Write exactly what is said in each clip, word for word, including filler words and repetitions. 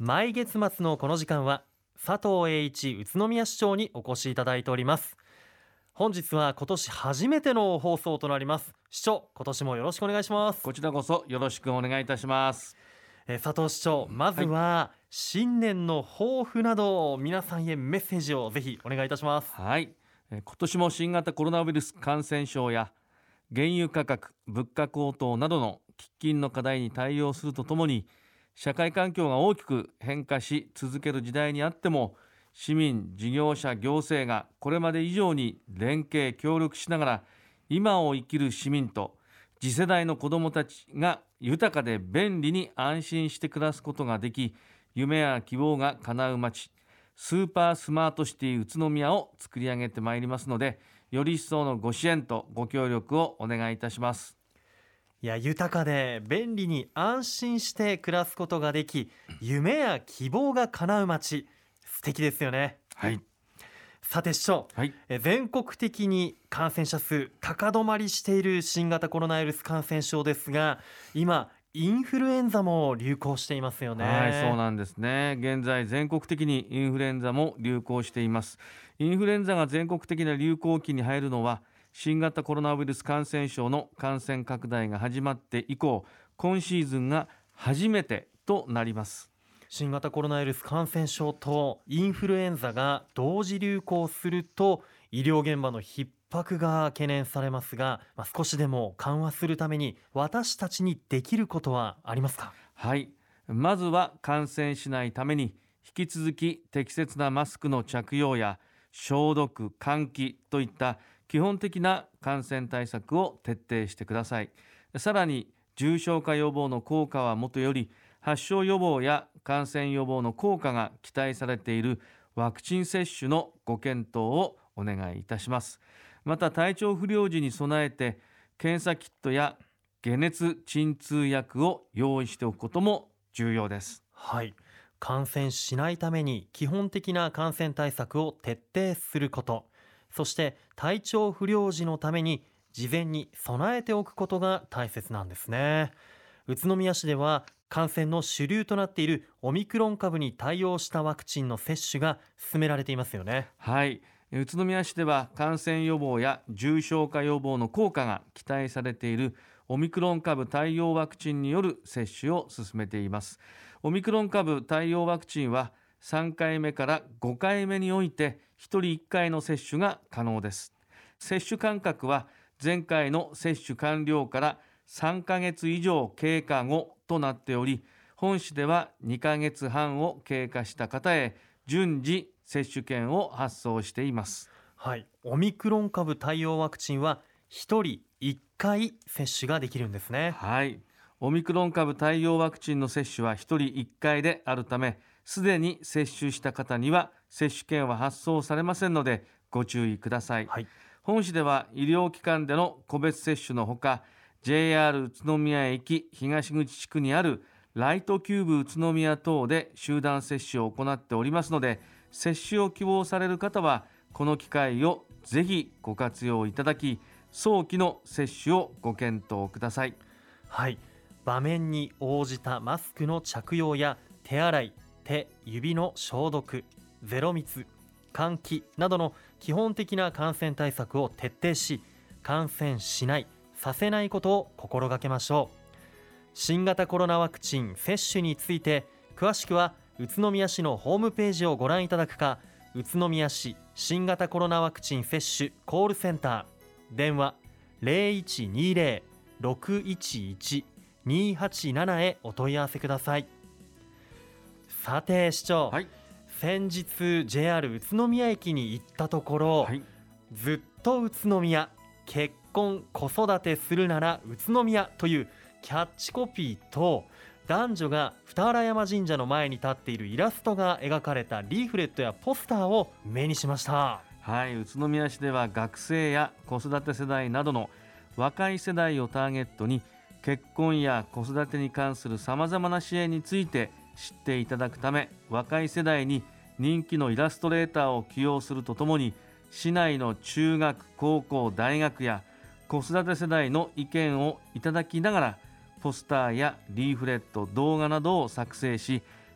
毎月末のこの時間は佐藤栄一宇都宮市長にお越しいただいております。本日は今年初めての放送となります。市長、今年もよろしくお願いします。 こちらこそよろしくお願いいたします。 えー佐藤市長、まずは新年の抱負など皆さんへメッセージをぜひお願いいたします。 はい、えー今年も新型コロナウイルス感染症や原油価格、物価高騰などの喫緊の課題に対応するとともに、社会環境が大きく変化し続ける時代にあっても、市民、事業者、行政がこれまで以上に連携協力しながら、今を生きる市民と次世代の子どもたちが豊かで便利に安心して暮らすことができ、夢や希望が叶う街、スーパースマートシティ宇都宮を作り上げてまいりますので、より一層のご支援とご協力をお願いいたします。 いや、豊かで便利に安心して暮らすことができ、夢や希望が叶う街、素敵ですよね。 はい、 さて市長、 はい、 え全国的に感染者数高止まりしている新型コロナウイルス感染症ですが、今インフルエンザも流行していますよね。 はい、そうなんですね。現在全国的にインフルエンザも流行しています。インフルエンザが全国的な流行期に入るのは、新型コロナウイルス感染症の感染拡大が始まって以降、今シーズンが初めてとなります。 新型コロナウイルス感染症とインフルエンザが同時流行すると医療現場の逼迫が懸念されますが、まあ、少しでも緩和するために私たちにできることはありますか？ はい、まずは感染しないために引き続き適切なマスクの着用や消毒、換気といった基本的な感染対策を徹底してください。さらに重症化予防の効果はもとより、発症予防や感染予防の効果が期待されているワクチン接種のご検討をお願いいたします。また体調不良時に備えて検査キットや解熱鎮痛薬を用意しておくことも重要です。 はい、感染しないために基本的な感染対策を徹底すること、そして体調不良時のために事前に備えておくことが大切なんですね。宇都宮市では感染の主流となっているオミクロン株に対応したワクチンの接種が進められていますよね。 はい、宇都宮市では感染予防や重症化予防の効果が期待されているオミクロン株対応ワクチンによる接種を進めています。オミクロン株対応ワクチンはさんかいめからごかいめにおいてひとりいっかいの接種が可能です。接種間隔は前回の接種完了からさんかげつ以上経過後となっており、本市ではにかげつはんを経過した方へ順次接種券を発送しています。 はい、オミクロン株対応ワクチンはひとりいっかい接種ができるんですね。 はい、オミクロン株対応ワクチンの接種はひとりいっかいであるため、すでに接種した方には接種券は発送されませんのでご注意ください。 はい、 本市では医療機関での個別接種のほか、 ジェイアール 宇都宮駅東口地区にあるライトキューブ宇都宮等で集団接種を行っておりますので、接種を希望される方はこの機会をぜひご活用いただき、早期の接種をご検討ください。 はい、場面に応じたマスクの着用や手洗い、手指の消毒、ゼロ密、換気などの基本的な感染対策を徹底し、感染しない、させないことを心がけましょう。新型コロナワクチン接種について詳しくは宇都宮市のホームページをご覧いただくか、宇都宮市新型コロナワクチン接種コールセンター電話 ゼロいちにゼロ ろくいちいち にはちなな へお問い合わせください。さて市長、 はい、 先日 ジェイアール 宇都宮駅に行ったところ、 はい、 ずっと宇都宮、結婚子育てするなら宇都宮というキャッチコピーと、男女が二荒山神社の前に立っているイラストが描かれたリーフレットやポスターを目にしました。 はい、宇都宮市では学生や子育て世代などの若い世代をターゲットに、結婚や子育てに関するさまざまな支援について知っていただくため、若い世代に人気のイラストレーターを起用するとともに、市内の中学、高校、大学や子育て世代の意見をいただきながら、ポスターやリーフレット、動画などを作成し、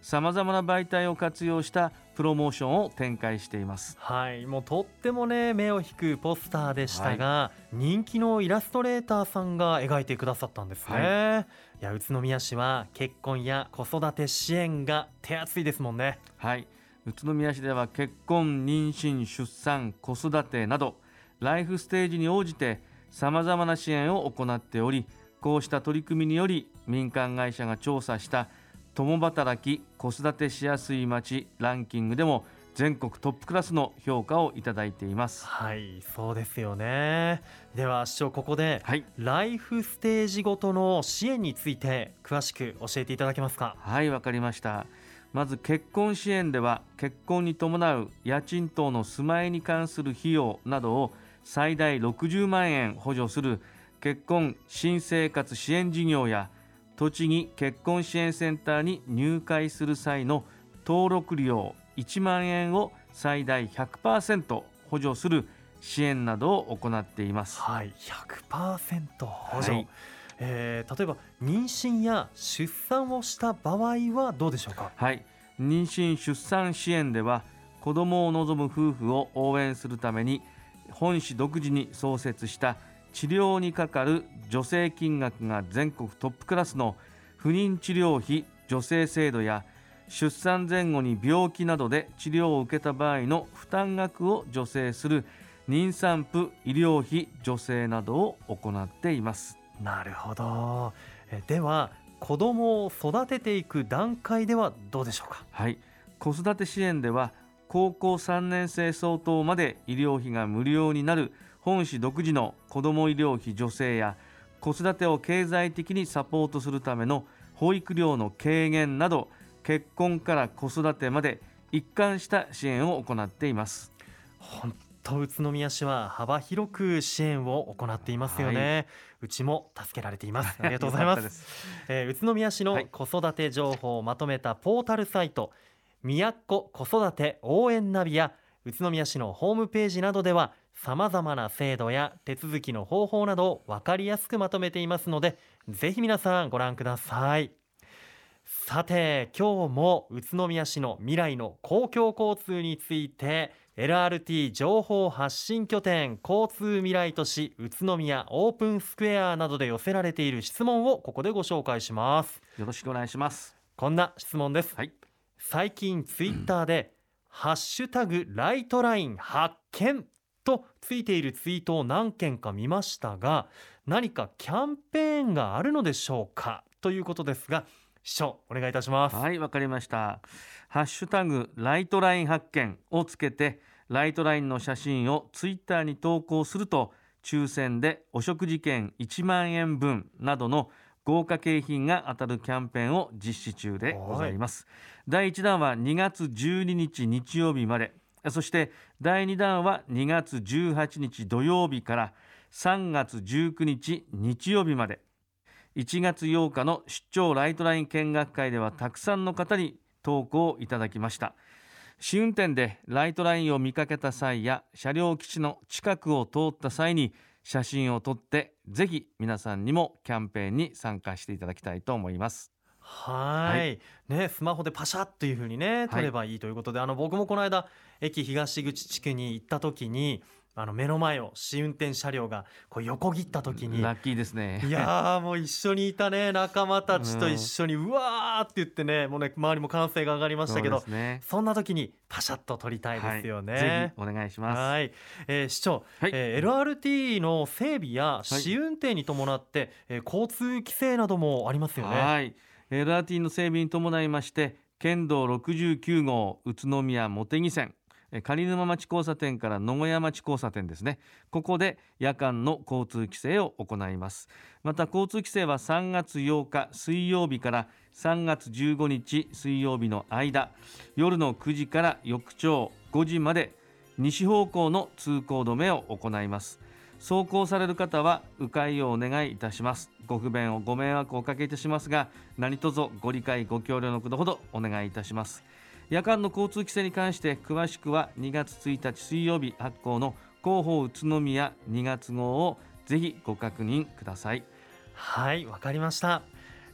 さまざまな媒体を活用したプロモーションを展開しています。 はい、もうとってもね目を引くポスターでしたが、はい、人気のイラストレーターさんが描いてくださったんですね。はい、いや宇都宮市は結婚や子育て支援が手厚いですもんね。 はい、宇都宮市では結婚、妊娠、出産、子育てなどライフステージに応じてさまざまな支援を行っており、こうした取り組みにより民間会社が調査した共働き子育てしやすい町ランキングでも全国トップクラスの評価をいただいています。 はい、そうですよね。では市長、ここで、 はい、 ライフステージごとの支援について詳しく教えていただけますか。 はい、わかりました。まず結婚支援では結婚に伴う家賃等の住まいに関する費用などを最大ろくじゅうまんえん補助する結婚新生活支援事業や、栃木結婚支援センターに入会する際の登録料いちまんえんを最大 ひゃくパーセント 補助する支援などを行っています。 はい、ひゃくパーセント 補助、はい、えー、例えば妊娠や出産をした場合はどうでしょうか。 はい、妊娠出産支援では子どもを望む夫婦を応援するために本市独自に創設した治療にかかる助成金額が全国トップクラスの不妊治療費助成制度や、出産前後に病気などで治療を受けた場合の負担額を助成する妊産婦医療費助成などを行っています。 なるほど。えでは子どもを育てていく段階ではどうでしょうか。 はい、子育て支援では高校さんねん生相当まで医療費が無料になる本市独自の子ども医療費助成や、子育てを経済的にサポートするための保育料の軽減など、結婚から子育てまで一貫した支援を行っています。 本当宇都宮市は幅広く支援を行っていますよね。はい、うちも助けられています。ありがとうございます。えー、宇都宮市の子育て情報をまとめたポータルサイト、みやっこ子育て応援ナビや宇都宮市のホームページなどではさまざまな制度や手続きの方法などを分かりやすくまとめていますので、ぜひ皆さんご覧ください。さて今日も宇都宮市の未来の公共交通について エルアールティー 情報発信拠点交通未来都市宇都宮オープンスクエアなどで寄せられている質問をここでご紹介します。 よろしくお願いします。 こんな質問です。 はい、 最近ツイッターで、うん、ハッシュタグライトライン発見とついているツイートを何件か見ましたが、何かキャンペーンがあるのでしょうか、ということですが、市長お願いいたします。 はい、わかりました。ハッシュタグライトライン発見をつけてライトラインの写真をツイッターに投稿すると、抽選でお食事券いちまんえんぶんなどの豪華景品が当たるキャンペーンを実施中でございます。だいいちだんはにがつじゅうににち日曜日まで、そしてだいにだんはにがつじゅうはちにち土曜日からさんがつじゅうくにち日曜日まで。いちがつようかの出張ライトライン見学会ではたくさんの方に投稿いただきました。試運転でライトラインを見かけた際や車両基地の近くを通った際に写真を撮って、ぜひ皆さんにもキャンペーンに参加していただきたいと思います。 はい、はい、ね、スマホでパシャッという風にね撮ればいいということで、はい、あの僕もこの間駅東口地区に行った時に、あの目の前を試運転車両がこう横切った時に、 ラッキーですね。 いやーもう一緒にいたね仲間たちと一緒にうわーって言ってね、もうね周りも歓声が上がりましたけど、 そ,、ね、そんな時にパシャッと撮りたいですよね。はい、 ぜひお願いします。 はい、えー、市長、はい、えー、エルアールティー の整備や試運転に伴って、はい、えー、交通規制などもありますよね。 はい、エルアールティー の整備に伴いまして県道ろくじゅうきゅうごう宇都宮茂木線、上沼町交差点から野古屋町交差点ですね、ここで夜間の交通規制を行います。また交通規制はさんがつようか水曜日からさんがつじゅうごにち水曜日の間、夜のくじから翌朝ごじまで西方向の通行止めを行います。走行される方は迂回をお願いいたします。ご不便をご迷惑をおかけいたしますが、何卒ご理解ご協力のほどお願いいたします。夜間の交通規制に関して詳しくはにがつついたち水曜日発行の広報宇都宮にがつごうをぜひご確認ください。 はい、わかりました。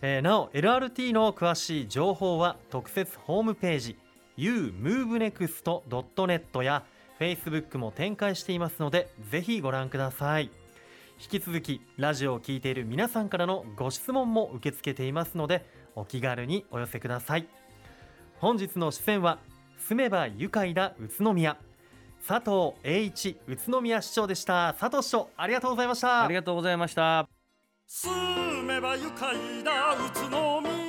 えーなお エルアールティー の詳しい情報は特設ホームページ ユームーブネクストドットネット や Facebook も展開していますので、ぜひご覧ください。引き続きラジオを聞いている皆さんからのご質問も受け付けていますので、お気軽にお寄せください。本日の出演は住めば愉快だ宇都宮、佐藤栄一宇都宮市長でした。佐藤市長、ありがとうございました。 ありがとうございました。 住めば愉快だ宇都宮。